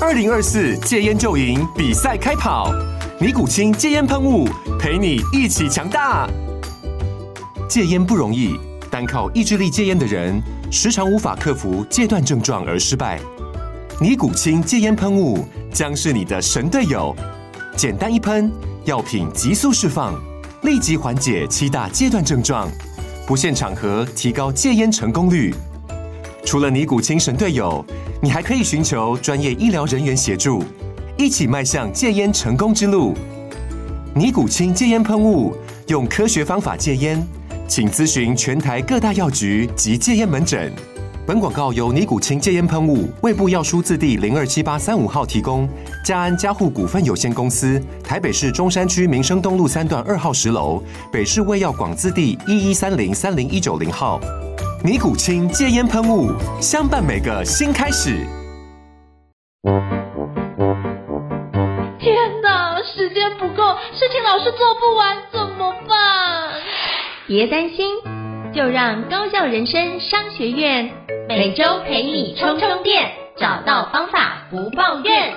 2024戒烟就赢比赛开跑，尼古清戒烟喷雾陪你一起强大。戒烟不容易，单靠意志力戒烟的人，时常无法克服戒断症状而失败。尼古清戒烟喷雾将是你的神队友，简单一喷，药品急速释放，立即缓解7大戒断症状，不限场合提高戒烟成功率。除了尼古清神队友，你还可以寻求专业医疗人员协助，一起迈向戒烟成功之路。尼古清戒烟喷雾，用科学方法戒烟，请咨询全台各大药局及戒烟门诊。本广告由尼古清戒烟喷雾、卫部药书字第027835号提供，嘉安嘉护股份有限公司，台北市中山区民生东路3段2号10楼，北市卫药广字第113030190号。尼古清戒烟喷雾，相伴每个新开始。 天哪，时间不够，事情老是做不完，怎么办？ 别担心，就让高效人生商学院每周陪你充充电，找到方法不抱怨。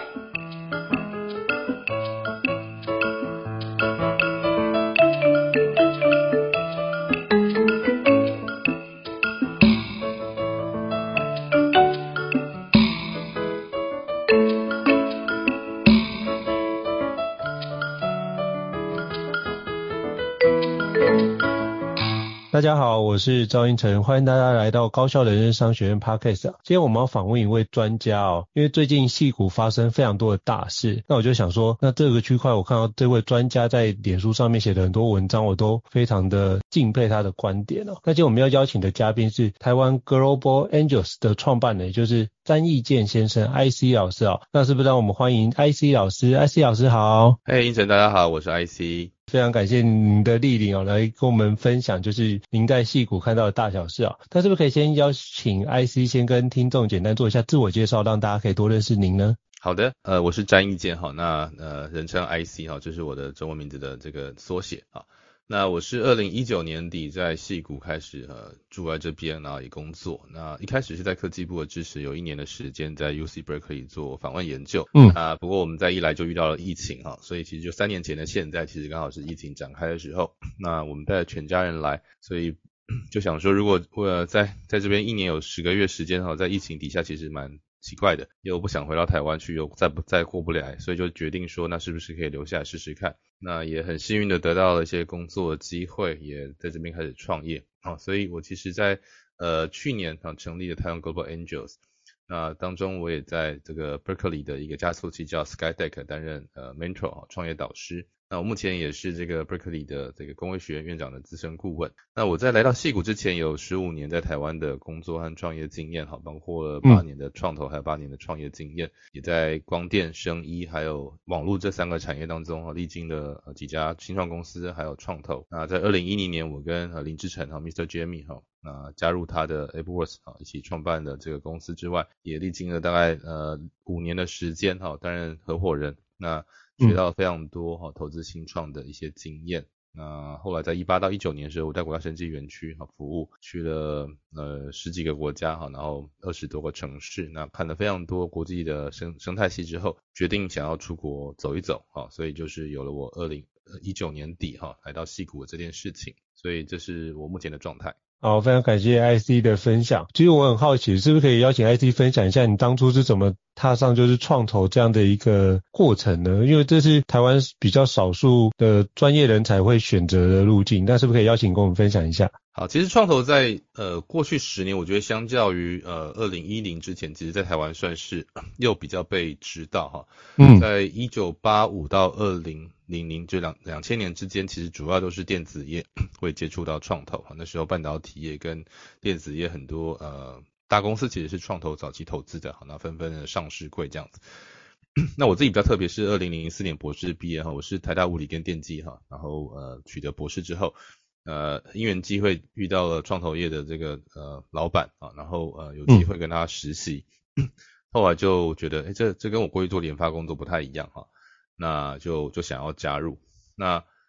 大家好，我是赵英成，欢迎大家来到高效人生商学院 Podcast。今天我们要访问一位专家因为最近矽谷发生非常多的大事，那我就想说，那这个区块我看到这位专家在脸书上面写的很多文章，我都非常的敬佩他的观点那今天我们要邀请的嘉宾是台湾 Global Angels 的创办人，也就是詹义健先生 IC 老师那是不是让我们欢迎 IC 老师？ IC 老师好。 英成大家好，我是 IC。 非常感谢您的莅临来跟我们分享就是您在矽谷看到的大小事那是不是可以先邀请 IC 先跟听众简单做一下自我介绍，让大家可以多认识您呢？ 好的，我是詹义健那人称 IC 这是我的中文名字的这个缩写那我是2019年底在矽谷开始住在这边，然后也工作。那一开始是在科技部的支持，有1年的时间在 UC Berkeley 做访问研究。不过我们在一来就遇到了疫情所以其实就3年前的现在，其实刚好是疫情展开的时候。那我们带着全家人来，所以就想说，如果在这边1年有10个月时间在疫情底下，其实蛮奇怪的，又不想回到台湾去，又再过不来，所以就决定说，那是不是可以留下来试试看。那也很幸运的得到了一些工作的机会，也在这边开始创业所以我其实在去年成立了台湾 Global Angels。那当中我也在这个 Berkeley 的一个加速器叫 Skydeck 担任mentor 创业导师。那我目前也是这个 Berkeley 的这个工卫学院院长的资深顾问。那我在来到矽谷之前有15年在台湾的工作和创业经验包括了8年的创投还有8年的创业经验，也在光电、生医还有网络这3个产业当中历经了几家新创公司还有创投。那在2010年我跟林志成Mr. Jamie加入他的 AppWorks 一起创办的这个公司之外，也历经了大概5年的时间担任合伙人。那学到非常多投资新创的一些经验。那后来在18到19年的时候，我在国家生技园区服务，去了10几个国家然后20多个城市。那看了非常多国际的生态系之后，决定想要出国走一走所以就是有了我2019年底来到矽谷的这件事情。所以这是我目前的状态。 好，非常感谢 IC 的分享。其实我很好奇，是不是可以邀请 IC 分享一下你当初是怎么踏上就是创投这样的一个过程呢？因为这是台湾比较少数的专业人才会选择的路径，那是不是可以邀请跟我们分享一下？ 好，其实创投在过去10年，我觉得相较于2010之前，其实在台湾算是又比较被知道在1985到2000就2000年之间，其实主要都是电子业会接触到创投那时候半导体业跟电子业很多大公司其实是创投早期投资的那纷纷的上市柜这样子。那我自己比较特别是2004年博士毕业我是台大物理跟电机然后取得博士之后因缘机会遇到了创投业的这个老板然后有机会跟他实习后来就觉得这跟我过去做研发工作不太一样那就想要加入。那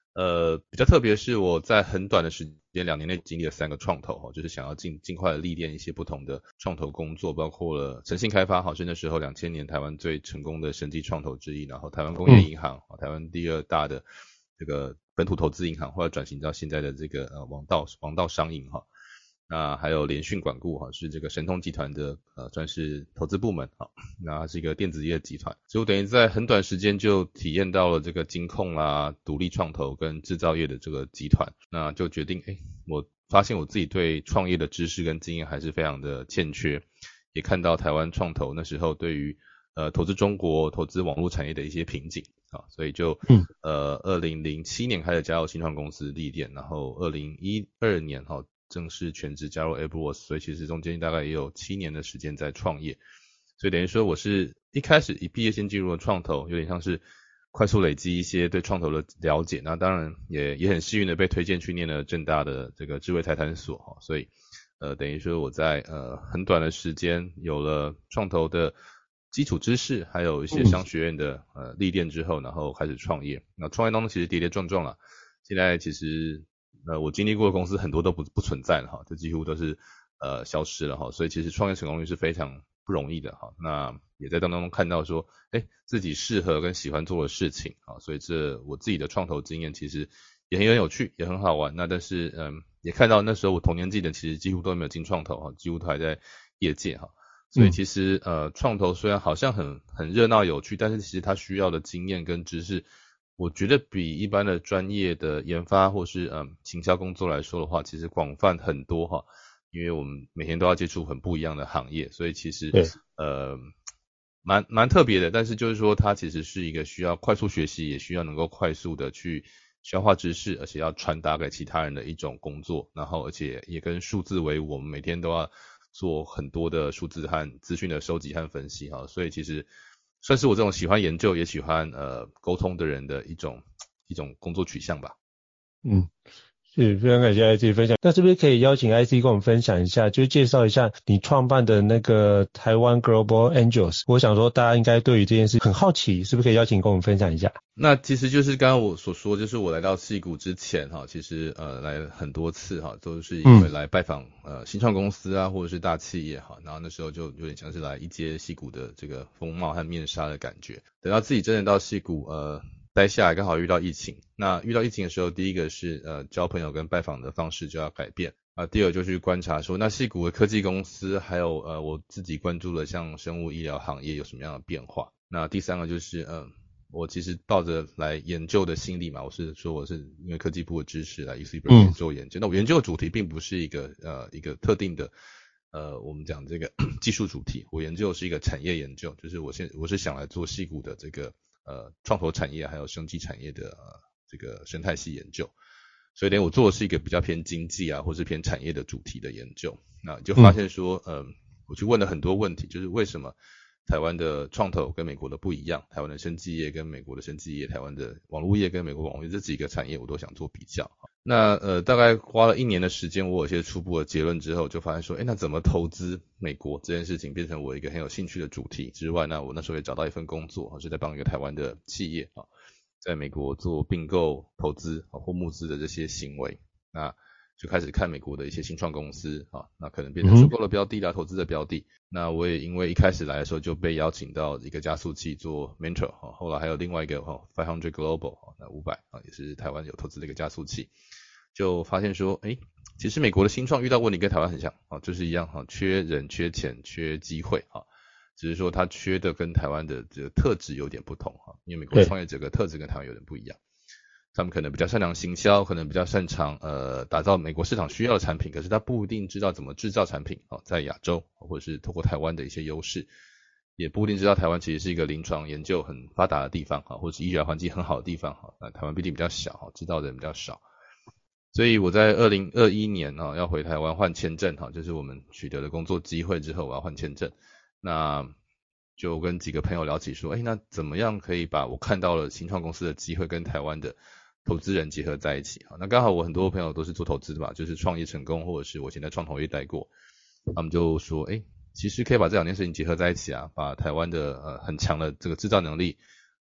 比较特别是我在很短的时间2年内经历了3个创投就是想要尽快的历练一些不同的创投工作，包括了诚信开发是那时候2000年台湾最成功的生技创投之一，然后台湾工业银行台湾第2大的这个本土投资银行，后来转型到现在的这个王道商银那还有联讯管顾是这个神通集团的算是投资部门那它是一个电子业集团，所以我等于在很短时间就体验到了这个金控独立创投跟制造业的这个集团，那就决定我发现我自己对创业的知识跟经验还是非常的欠缺，也看到台湾创投那时候对于投资中国投资网络产业的一些瓶颈所以就2007年开始加入新创公司历练，然后2012年正式全职加入 AppWorks， 所以其实中间大概也有7年的时间在创业，所以等于说我是一开始一毕业先进入了创投，有点像是快速累积一些对创投的了解，那当然也很幸运的被推荐去念了政大的这个智慧财产所所以等于说我在很短的时间有了创投的基础知识，还有一些商学院的历练之后，然后开始创业。那创业当中其实跌跌撞撞啦，现在其实我经历过的公司很多都不存在了这几乎都是消失了所以其实创业成功率是非常不容易的那也在当中看到说自己适合跟喜欢做的事情所以这我自己的创投经验其实也很有趣，也很好玩。那但是也看到那时候我同年纪的其实几乎都没有进创投几乎都还在业界所以其实创投虽然好像很热闹有趣，但是其实它需要的经验跟知识我觉得比一般的专业的研发或是行销工作来说的话，其实广泛很多因为我们每天都要接触很不一样的行业，所以其实蛮特别的。但是就是说它其实是一个需要快速学习，也需要能够快速的去消化知识，而且要传达给其他人的一种工作，然后而且也跟数字为伍，我们每天都要做很多的数字和资讯的收集和分析所以其实算是我这种喜欢研究也喜欢沟通的人的一种工作取向吧。 是，非常感谢 IC 分享。那是不是可以邀请 IC 跟我们分享一下，就介绍一下你创办的那个台湾 Global Angels？ 我想说大家应该对于这件事很好奇，是不是可以邀请跟我们分享一下？ 那其实就是刚刚我所说，就是我来到矽谷之前其实来了很多次都是因为来拜访新创公司或者是大企业然后那时候就有点像是来一揭矽谷的这个风貌和面纱的感觉。等到自己真的到矽谷待下来，刚好遇到疫情。那遇到疫情的时候，第一个是交朋友跟拜访的方式就要改变第二就去观察说，那矽谷的科技公司还有我自己关注的像生物医疗行业有什么样的变化。那第三个就是我其实抱着来研究的心理嘛，我是因为科技部的支持来 UC Berkeley 做研究。那我研究的主题并不是一个特定的我们讲这个技术主题，我研究的是一个产业研究，就是我是想来做矽谷的这个创投产业还有生技产业的这个生态系研究，所以我做的是一个比较偏经济或是偏产业的主题的研究。那就发现说我去问了很多问题，就是为什么台湾的创投跟美国的不一样，台湾的生技业跟美国的生技业，台湾的网络业跟美国网络业，这几个产业我都想做比较。那大概花了1年的时间，我有些初步的结论之后，就发现说那怎么投资美国这件事情变成我一个很有兴趣的主题之外，那我那时候也找到一份工作是在帮一个台湾的企业在美国做并购投资或募资的这些行为。那就开始看美国的一些新创公司那可能变成收购的标的投资的标的。那我也因为一开始来的时候就被邀请到一个加速器做 mentor 后来还有另外一个500 Global 那500也是台湾有投资的一个加速器，就发现说其实美国的新创遇到问题跟台湾很像就是一样缺人缺钱缺机会只是说它缺的跟台湾的这个特质有点不同因为美国创业者的特质跟台湾有点不一样，他们可能比较擅长行销，可能比较擅长打造美国市场需要的产品，可是他不一定知道怎么制造产品在亚洲或者是透过台湾的一些优势，也不一定知道台湾其实是一个临床研究很发达的地方或者是医疗环境很好的地方那台湾毕竟比较小知道的人比较少。所以我在2021年要回台湾换签证就是我们取得了工作机会之后我要换签证，那就跟几个朋友聊起说那怎么样可以把我看到了新创公司的机会跟台湾的投资人结合在一起那刚好我很多朋友都是做投资的嘛，就是创业成功或者是我现在创投业待过，他们就说其实可以把这2件事情结合在一起把台湾的很强的这个制造能力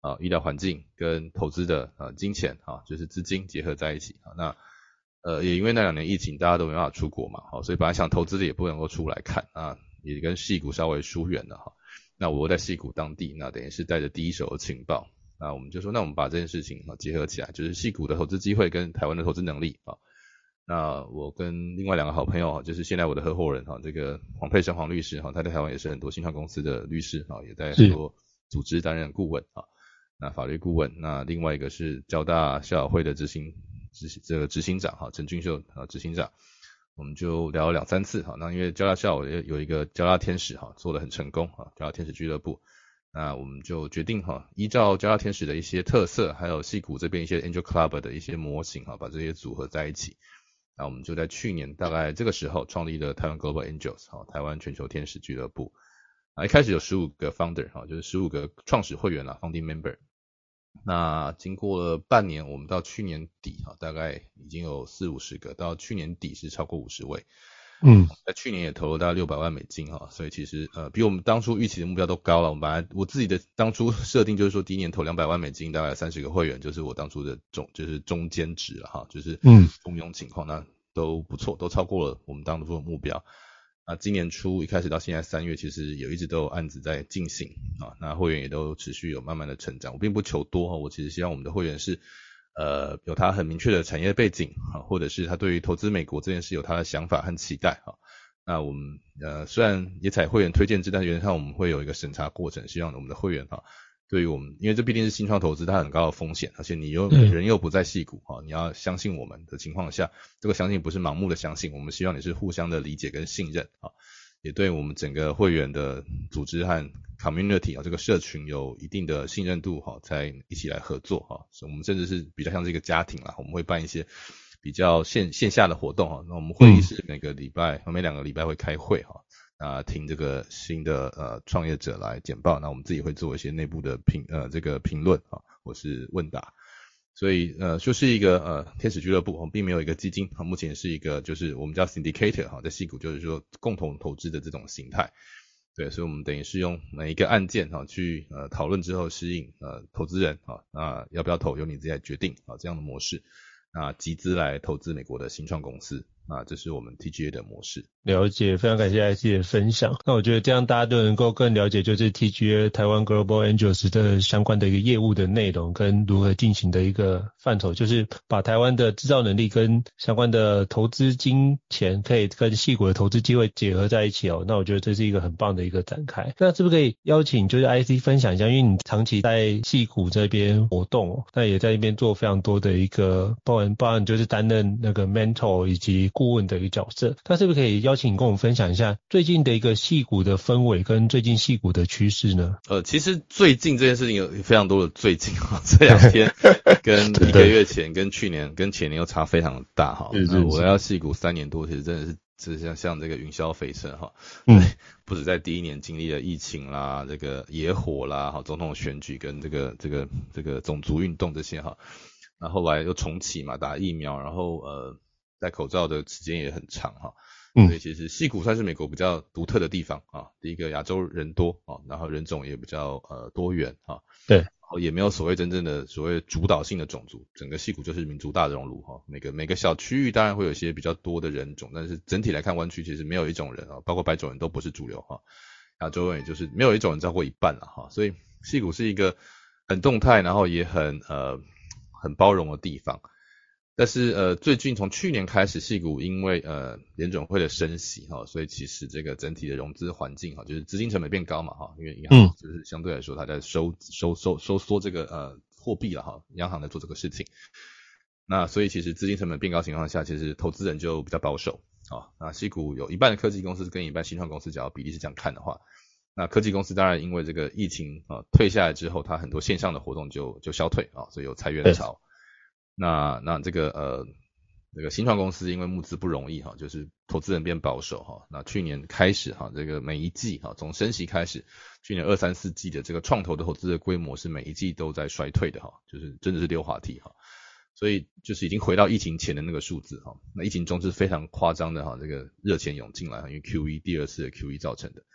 医疗环境跟投资的金钱就是资金结合在一起那也因为那2年疫情大家都没办法出国嘛所以本来想投资的也不能够出来看也跟矽谷稍微疏远了那我在矽谷当地那等于是带着第一手的情报那我们就说那我们把这件事情结合起来，就是矽谷的投资机会跟台湾的投资能力那我跟另外2个好朋友就是现在我的合伙人这个黄佩生黄律师他在台湾也是很多新创公司的律师也在很多组织担任顾问那法律顾问那另外一个是交大校友会的执行长陈俊秀执行长我们就聊了2-3次那因为交大校友有一个交大天使做得很成功交大天使俱乐部那我们就决定依照交大天使的一些特色还有矽谷这边一些 Angel Club 的一些模型把这些组合在一起那我们就在去年大概这个时候创立了台湾 Global Angels 台湾全球天使俱乐部一开始有15个 founder 就是15个创始会员founding member那经过了半年我们到去年底大概已经有40-50个到去年底是超过50位在去年也投了大概$600万所以其实比我们当初预期的目标都高了我自己的当初设定就是说第一年投$200万大概30个会员就是我当初的就是中间值了就是中庸情况那都不错都超过了我们当初的目标今年初一开始到现在3月其实一直都有案子在进行那会员也都持续有慢慢的成长我并不求多我其实希望我们的会员是有他很明确的产业背景或者是他对于投资美国这件事有他的想法和期待那我们虽然也采会员推荐制但原则上我们会有一个审查过程希望我们的会员对于我们因为这毕竟是新创投资它很高的风险而且你人又不在矽谷你要相信我们的情况下这个相信不是盲目的相信我们希望你是互相的理解跟信任也对我们整个会员的组织和 community 这个社群有一定的信任度才一起来合作所以我们甚至是比较像是一个家庭啦我们会办一些比较线下的活动那我们会议是每2个礼拜会开会听这个新的创业者来简报那我们自己会做一些内部的评论或是问答所以就是一个天使俱乐部并没有一个基金目前是一个就是我们叫 syndicator 在矽谷就是说共同投资的这种形态对所以我们等于是用每一个案件去讨论之后吸引投资人那要不要投由你自己来决定这样的模式那集资来投资美国的新创公司这是我们 TGA 的模式。 了解，非常感谢 IC 的分享。那我觉得这样大家都能够更了解就是 TGA 台湾 Global Angels 的相关的一个业务的内容跟如何进行的一个范畴，就是把台湾的制造能力跟相关的投资金钱可以跟矽谷的投资机会结合在一起那我觉得这是一个很棒的一个展开。那是不是可以邀请就是 IC 分享一下，因为你长期在矽谷这边活动那也在那边做非常多的一个包含就是担任那个 mentor 以及顾问的一个角色，那是不是可以邀请你跟我们分享一下最近的一个矽谷的氛围跟最近矽谷的趋势呢？ 其实最近这件事情有非常多的最近这2天跟1个月前跟去年跟前年又差非常大我来到矽谷3年多其实真的是像这个云霄飞车不止在第1年经历了疫情啦这个野火啦总统选举跟这个种族运动这些那后来又重启嘛打疫苗然后戴口罩的时间也很长所以其实矽谷算是美国比较独特的地方第一个亚洲人多然后人种也比较多元对， 然后也没有所谓真正的所谓主导性的种族，整个矽谷就是民族大熔炉每个小区域当然会有一些比较多的人种，但是整体来看湾区其实没有一种人包括白种人都不是主流亚洲人也就是没有一种人超过一半所以矽谷是一个很动态然后也很包容的地方。但是最近从去年开始矽谷因为联准会的升息所以其实这个整体的融资环境就是资金成本变高嘛因为银行就是相对来说它在收缩这个货币了央行在做这个事情。那所以其实资金成本变高情况下其实投资人就比较保守那矽谷有一半的科技公司跟一半新创公司，只要比例是这样看的话，那科技公司当然因为这个疫情退下来之后它很多线上的活动就消退所以有裁员潮。那这个新创公司因为募资不容易就是投资人变保守那去年开始这个每一季从升息开始，去年2、3、4季的这个创投的投资的规模是每一季都在衰退的就是真的是溜滑梯所以就是已经回到疫情前的那个数字那疫情中是非常夸张的这个热钱涌进来因为 QE 第2次的 QE 造成的，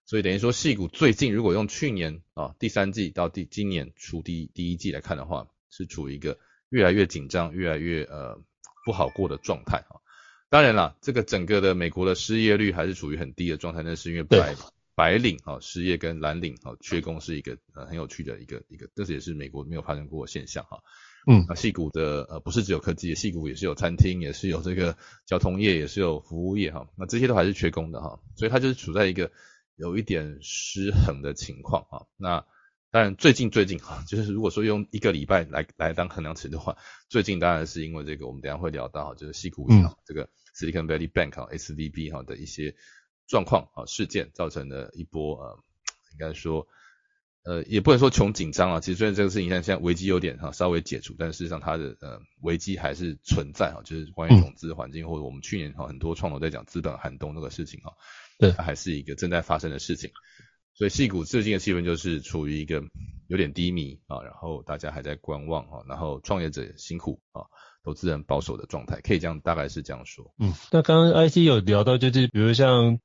所以等于说矽谷最近如果用去年第三季到今年初第一季来看的话，是处于一个越来越紧张越来越不好过的状态当然啦，这个整个的美国的失业率还是处于很低的状态，那是因为白领失业跟蓝领缺工是一个很有趣的一个，这也是美国没有发生过的现象那矽谷的不是只有科技，矽谷也是有餐厅，也是有这个交通业，也是有服务业那这些都还是缺工的所以它就是处在一个有一点失衡的情况那当然最近就是如果说用一个礼拜来当衡量尺的话，最近当然是因为这个我们等一下会聊到就是矽谷银行这个 Silicon Valley Bank SVB 的一些状况事件造成的一波应该说也不能说穷紧张其实虽然这个事情现在危机有点稍微解除，但事实上它的危机还是存在就是关于融资环境或者我们去年很多创投在讲资本寒冬那个事情对，它还是一个正在发生的事情。所以矽谷最近的气氛就是处于一个有点低迷然后大家还在观望然后创业者辛苦投资人保守的状态，可以这样大概是这样说。 那刚刚 IC 有聊到就是比如像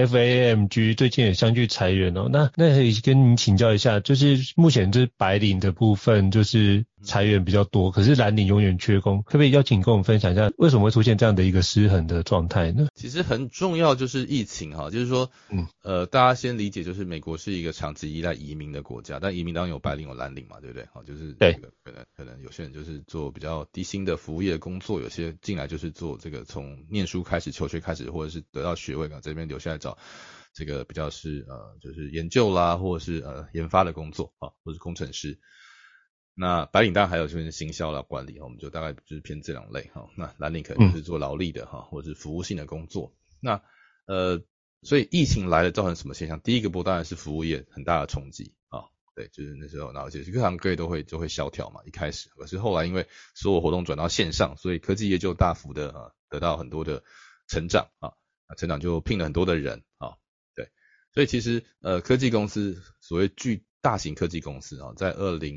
FAMG 最近也相继裁员那可以跟您请教一下，就是目前就是白领的部分就是裁员比较多，可是蓝领永远缺工，可不可以邀请跟我们分享一下为什么会出现这样的一个失衡的状态呢？ 其实很重要就是疫情就是说大家先理解就是美国是一个长期依赖移民的国家，但移民当然有白领有蓝领嘛，对不对就是这个可能有些人就是做比较低薪的服务业的工作，有些进来就是做这个从念书开始求学开始或者是得到学位这边留下来找这个比较是就是研究啦或者是研发的工作或者是工程师。那白领当然还有就是行销啦管理我们就大概就是偏这两类那蓝领可能就是做劳力的或者是服务性的工作。那所以疫情来了造成什么现象？第一个波当然是服务业很大的冲击对，就是那时候然后就是各行各业都会萧条嘛一开始，可是后来因为所有活动转到线上，所以科技业就大幅的得到很多的成长成长就聘了很多的人对，所以其实科技公司所谓大型科技公司在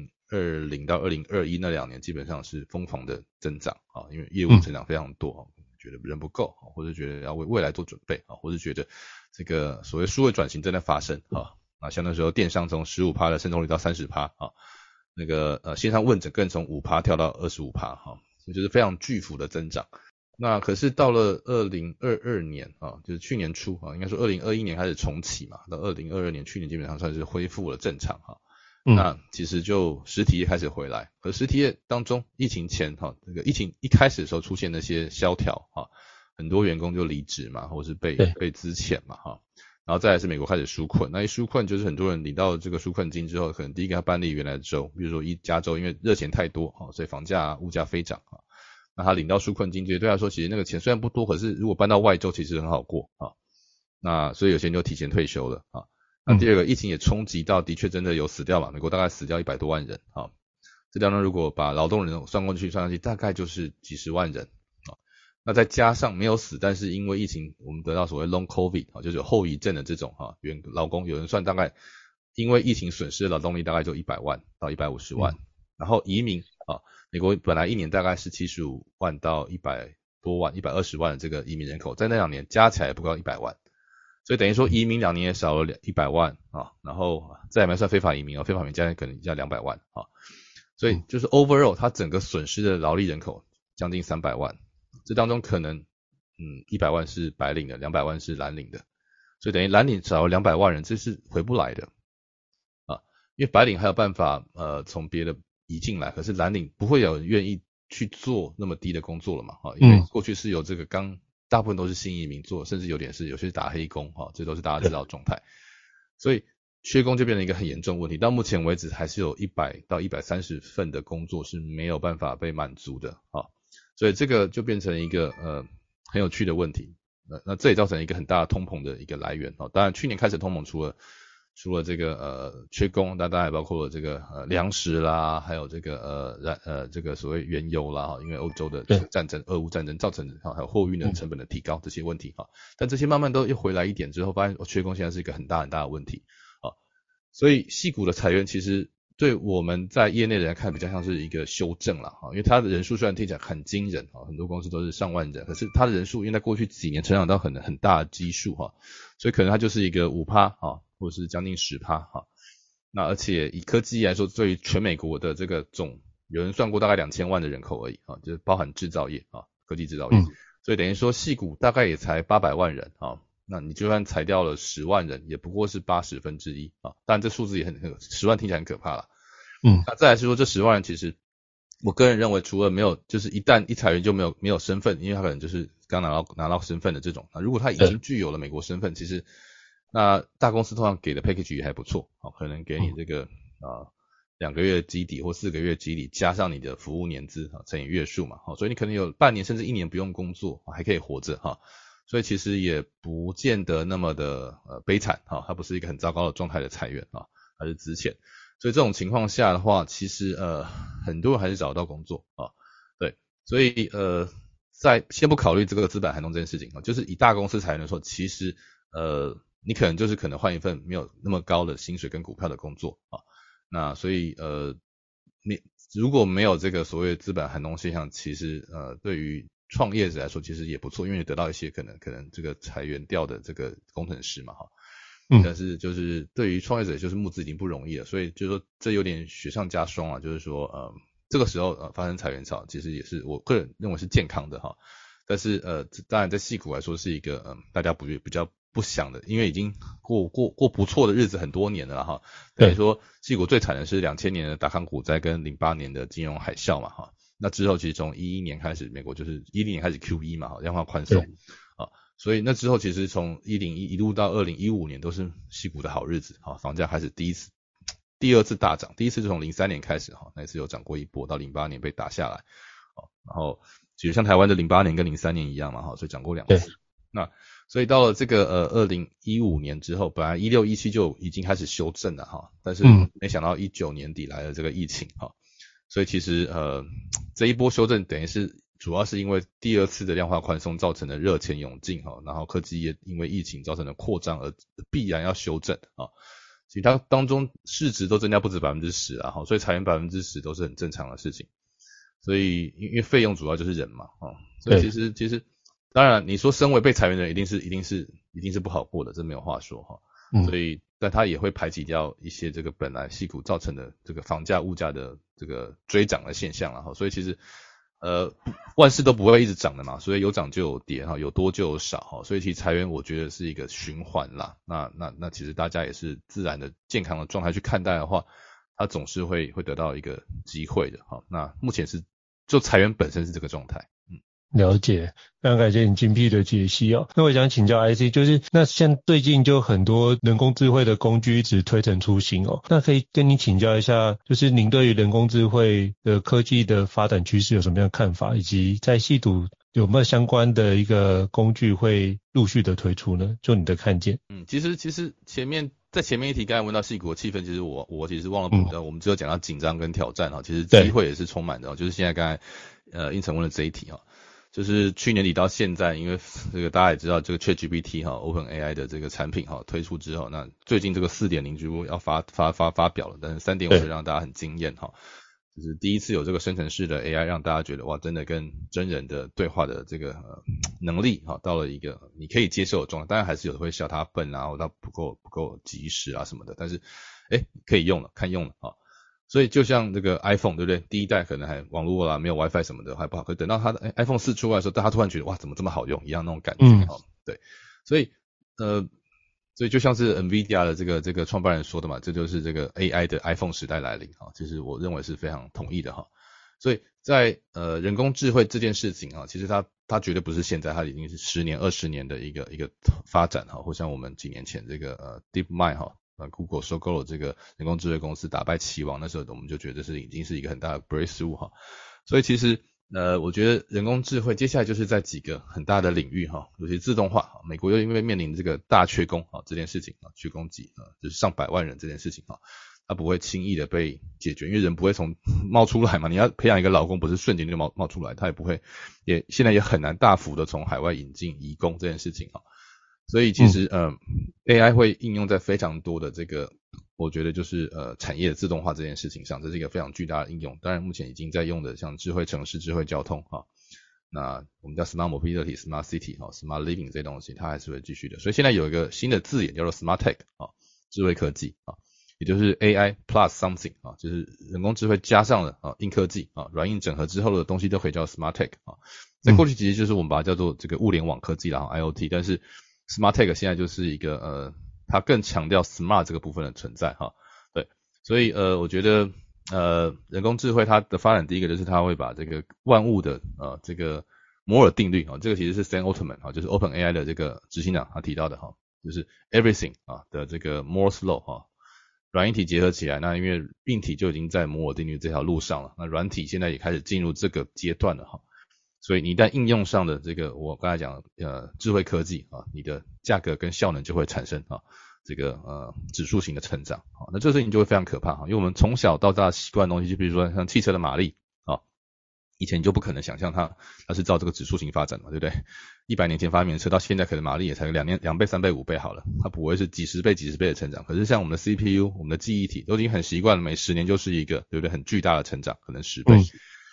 2020到2021那2年基本上是疯狂的增长因为业务成长非常多觉得人不够或者觉得要为未来做准备或者觉得这个所谓数位转型正在发生像那时候电商从 15% 的渗透率到 30% 那个线上问诊更从 5% 跳到 25% 就是非常巨幅的增长。那可是到了2022年就是去年初应该说2021年开始重启嘛，到2022年去年基本上算是恢复了正常那其实就实体业开始回来，可实体业当中疫情前这个疫情一开始的时候出现那些萧条很多员工就离职嘛，或是被资遣嘛然后再来是美国开始纾困，那一纾困就是很多人领到这个纾困金之后，可能第一个要搬离原来的州，比如说加州因为热钱太多所以房价物价飞涨那他领到纾困金对他来说其实那个钱虽然不多，可是如果搬到外州其实很好过那所以有些人就提前退休了那第二个疫情也冲击到的确真的有死掉嘛，美国大概死掉100多万人这当中如果把劳动人算上去大概就是几十万人那再加上没有死，但是因为疫情我们得到所谓 long covid 就是有后遗症的这种劳工，有人算大概因为疫情损失的劳动力大概就100万到150万然后移民美国本来一年大概是75万到100多万120万的这个移民人口，在那2年加起来也不到100万，所以等于说移民2年也少了100万然后再没算非法移民非法移民加起来可能加200万所以就是 overall 它整个损失的劳力人口将近300万，这当中可能100万是白领的，200万是蓝领的，所以等于蓝领少了200万人，这是回不来的因为白领还有办法从别的移进来，可是蓝领不会有人愿意去做那么低的工作了嘛因为过去是有这个大部分都是新移民做，甚至有些是打黑工这都是大家知道的状态，所以缺工就变成一个很严重的问题，到目前为止还是有100到130份的工作是没有办法被满足的所以这个就变成一个很有趣的问题那这也造成一个很大的通膨的一个来源当然去年开始通膨除了这个缺工，那当然也包括了这个粮食啦，还有这个这个所谓原油啦因为欧洲的战争俄乌战争造成的还有货运的成本的提高这些问题但这些慢慢都又回来一点之后，发现缺工现在是一个很大很大的问题所以矽谷的裁员其实对我们在业内的人看比较像是一个修正啦，因为它的人数虽然听起来很惊人，很多公司都是上万人，可是它的人数因为在过去几年成长到很大的基数，所以可能它就是一个 5%， 或者是将近 10%。那而且以科技来说，对于全美国的这个有人算过大概2000万的人口而已，就是包含制造业，科技制造业，所以等于说矽谷大概也才800万人，那你就算裁掉了10万人，也不过是1/80啊。当然这数字也10万听起来很可怕啦。那再来是说这10万人其实我个人认为除了没有就是一旦一裁员就没有身份，因为他可能就是刚拿到身份的这种，那如果他已经具有了美国身份，其实那大公司通常给的 package 也还不错，可能给你这个2个月基底或4个月基底加上你的服务年资乘以月数嘛，所以你可能有半年甚至1年不用工作还可以活着所以其实也不见得那么的悲惨它不是一个很糟糕的状态的裁员还是资遣。所以这种情况下的话，其实很多人还是找得到工作对，所以先不考虑这个资本寒冬这件事情就是以大公司裁员的时候，其实你可能换一份没有那么高的薪水跟股票的工作那所以你如果没有这个所谓资本寒冬现象，其实对于创业者来说其实也不错，因为你得到一些可能这个裁员掉的这个工程师嘛但是就是对于创业者就是募资已经不容易了，所以就是说这有点雪上加霜就是说这个时候发生裁员潮其实也是我个人认为是健康的但是当然在矽谷来说是一个大家比较不想的，因为已经过不错的日子很多年了啦等于说矽谷最惨的是2000年的达康股灾跟08年的金融海啸嘛那之后其实从11年开始，美国就是10年开始 QE 嘛量化宽松所以那之后其实从101一路到2015年都是矽谷的好日子房价开始第二次大涨，第一次是从03年开始那次有涨过一波，到08年被打下来然后其实像台湾的08年跟03年一样嘛所以涨过2次。那所以到了这个2015年之后，本来16、17就已经开始修正了但是没想到19年底来了这个疫情所以其实这一波修正等于是主要是因为第二次的量化宽松造成的热钱涌进然后科技业因为疫情造成的扩张而必然要修正其实它当中市值都增加不止 10% 所以裁员 10% 都是很正常的事情。所以因为费用主要就是人嘛所以其实当然你说身为被裁员的人一定是不好过的，这没有话说所以但他也会排挤掉一些这个本来矽谷造成的这个房价物价的这个追涨的现象啦所以其实万事都不会一直涨的嘛，所以有涨就有跌有多就有少所以其实裁员我觉得是一个循环啦。那其实大家也是自然的健康的状态去看待的话，它总是会得到一个机会的那目前就裁员本身是这个状态。 了解，非常感谢你精辟的解析那我想请教 IC， 就是那像最近就很多人工智慧的工具一直推陈出新那可以跟你请教一下，就是您对于人工智慧的科技的发展趋势有什么样的看法，以及在矽谷有没有相关的一个工具会陆续的推出呢？就你的看见。 其实前面一题刚才问到矽谷的气氛，其实我其实忘了补的我们只有讲到紧张跟挑战其实机会也是充满的就是现在刚才应成问的这一题就是去年底到现在，因为这个大家也知道这个 ChatGPT OpenAI 的这个产品推出之后，那最近这个 4.0 就要发表了，但是 3.5 就让大家很惊艳就是第一次有这个生成式的 AI 让大家觉得哇真的跟真人的对话的这个能力到了一个你可以接受的状态，当然还是有的会笑他笨或他不够及时什么的，但是可以用了，看用了所以就像这个 iPhone 对不对？第一代可能还网络没有 WiFi 什么的还不好，可等到它的iPhone 4出来的时候，大家突然觉得哇怎么这么好用一样那种感觉对，所以就像是 NVIDIA 的这个创办人说的嘛，这就是这个 AI 的 iPhone 时代来临其实我认为是非常同意的所以在人工智慧这件事情其实它绝对不是现在，它已经是10年20年的一个发展或像我们几年前这个DeepMind Google 收购了这个人工智慧公司打败棋王，那时候我们就觉得已经是一个很大的 breakthrough 所以其实我觉得人工智慧接下来就是在几个很大的领域尤其自动化美国又因为面临这个大缺工这件事情缺工级就是上百万人这件事情它不会轻易的被解决，因为人不会从冒出来嘛，你要培养一个劳工不是瞬间就冒出来，它也不会现在也很难大幅的从海外引进移工这件事情所以其实AI 会应用在非常多的这个我觉得就是产业的自动化这件事情上，这是一个非常巨大的应用。当然目前已经在用的像智慧城市、智慧交通那我们叫 Smart Mobility、Smart City、Smart Living 这些东西它还是会继续的。所以现在有一个新的字眼叫做 Smart Tech 智慧科技也就是 AI plus something 就是人工智慧加上了硬科技软硬整合之后的东西都可以叫 Smart Tech 在过去其实就是我们把它叫做这个物联网科技啦IoT， 但是 Smart Tech 现在就是一个它更强调 Smart 这个部分的存在对，所以我觉得人工智慧它的发展第一个就是它会把这个万物的这个摩尔定律这个其实是 Sam Altman 就是 OpenAI 的这个执行长他提到的就是 everything 的这个 Moore's Law软硬体结合起来，那因为硬体就已经在摩尔定律这条路上了，那软体现在也开始进入这个阶段了所以你一旦应用上的这个我刚才讲智慧科技你的价格跟效能就会产生这个指数型的成长那这个事情就会非常可怕因为我们从小到大习惯的东西，就比如说像汽车的马力以前你就不可能想象它是照这个指数型发展嘛，对不对？100年前发明的车到现在可能马力也才2倍、3倍、5倍好了，它不会是几十倍的成长。可是像我们的 CPU、我们的记忆体都已经很习惯了，每10年就是一个，对不对？很巨大的成长，可能10倍。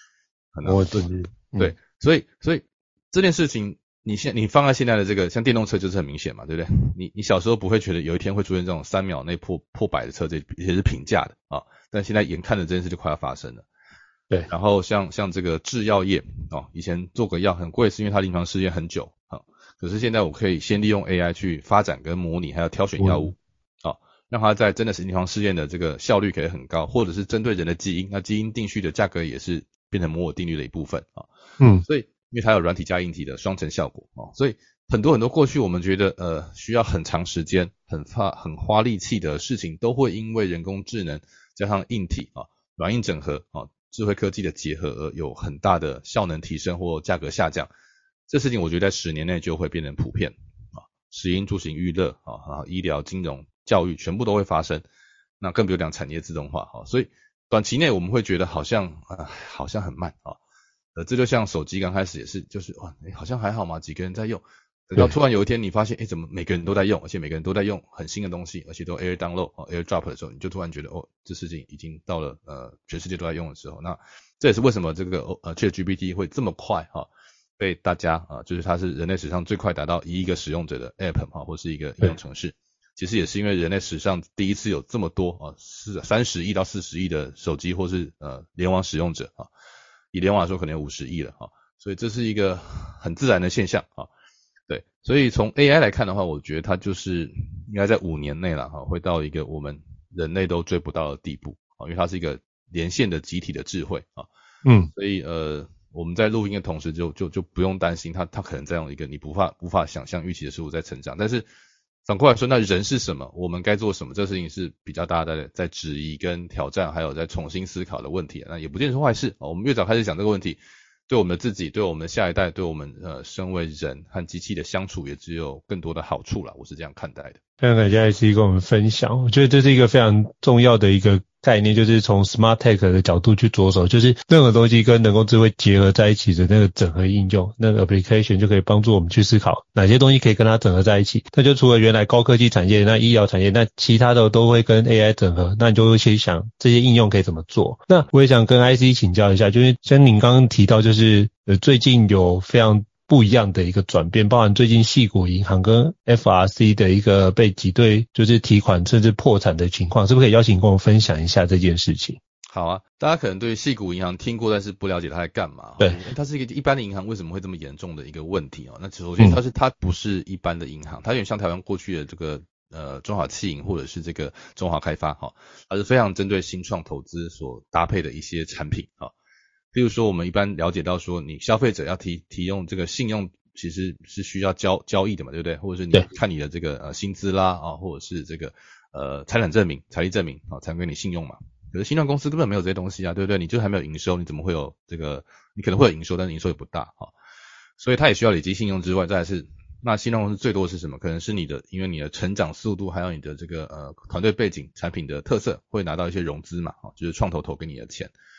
对，所以这件事情你放在现在的这个像电动车就是很明显嘛，对不对？你小时候不会觉得有一天会出现这种3秒内破百的车，这也是平价的但现在眼看着这件事就快要发生了。对，然后像这个制药业以前做个药很贵，是因为它临床试验很久可是现在我可以先利用 AI 去发展跟模拟，还有挑选药物让它在真的是临床试验的这个效率可以很高，或者是针对人的基因，那基因定序的价格也是变成摩尔定律的一部分所以因为它有软体加硬体的双层效果所以很多过去我们觉得需要很长时间很花力气的事情，都会因为人工智能加上硬体软硬整合智慧科技的结合而有很大的效能提升或价格下降。这事情我觉得在10年内就会变成普遍食衣住行娱乐医疗金融教育全部都会发生，那更不用讲产业自动化所以短期内我们会觉得好像很慢这就像手机刚开始也是就是好像还好嘛，几个人在用，等到突然有一天你发现怎么每个人都在用，而且每个人都在用很新的东西，而且都 Air Download、Air Drop 的时候，你就突然觉得这事情已经到了全世界都在用的时候。那这也是为什么这个ChatGPT 会这么快被大家就是它是人类史上最快达到1亿个使用者的 App 或是一个应用程式。其实也是因为人类史上第一次有这么多是30亿到40亿的手机或是联网使用者以联网来说可能有50亿了所以这是一个很自然的现象对，所以从 AI 来看的话，我觉得它就是应该在5年内了会到一个我们人类都追不到的地步因为它是一个连线的集体的智慧所以我们在录音的同时就不用担心它可能这样一个你无法想象预期的事物在成长。但是反过来说，那人是什么？我们该做什么？这事情是比较大家在质疑跟挑战，还有在重新思考的问题那也不见得是坏事我们越早开始讲这个问题，对我们自己，对我们的下一代，对我们身为人和机器的相处也只有更多的好处啦，我是这样看待的。 非常感谢 IC 跟我们分享，我觉得这是一个非常重要的一个概念，就是从 Smart Tech 的角度去着手，就是任何东西跟人工智慧结合在一起的那个整合应用，那个 application 就可以帮助我们去思考哪些东西可以跟它整合在一起。那就除了原来高科技产业，那医疗产业，那其他的都会跟 AI 整合，那你就会去想这些应用可以怎么做。那我也想跟 IC 请教一下，就是像您刚刚提到，就是最近有非常不一样的一个转变，包含最近矽谷银行跟 FRC 的一个被挤兑，就是提款甚至破产的情况，是不是可以邀请跟我们分享一下这件事情？ 好啊，大家可能对矽谷银行听过，但是不了解它在干嘛。对，它是一个一般的银行，为什么会这么严重的一个问题那首先它不是一般的银行，它有点像台湾过去的这个中华企银或者是这个中华开发它是非常针对新创投资所搭配的一些产品比如说我们一般了解到说你消费者要提用这个信用其实是需要交易的嘛，对不对？或者是你看你的这个薪资啦或者是这个财力证明才能给你信用嘛。可是新创公司根本没有这些东西对不对？你就还没有营收，你怎么会有这个？你可能会有营收，但是营收也不大所以它也需要累积信用之外，再来是那新创公司最多的是什么？可能是因为你的成长速度还有你的这个团队背景、产品的特色会拿到一些融资嘛就是创投投给你的钱。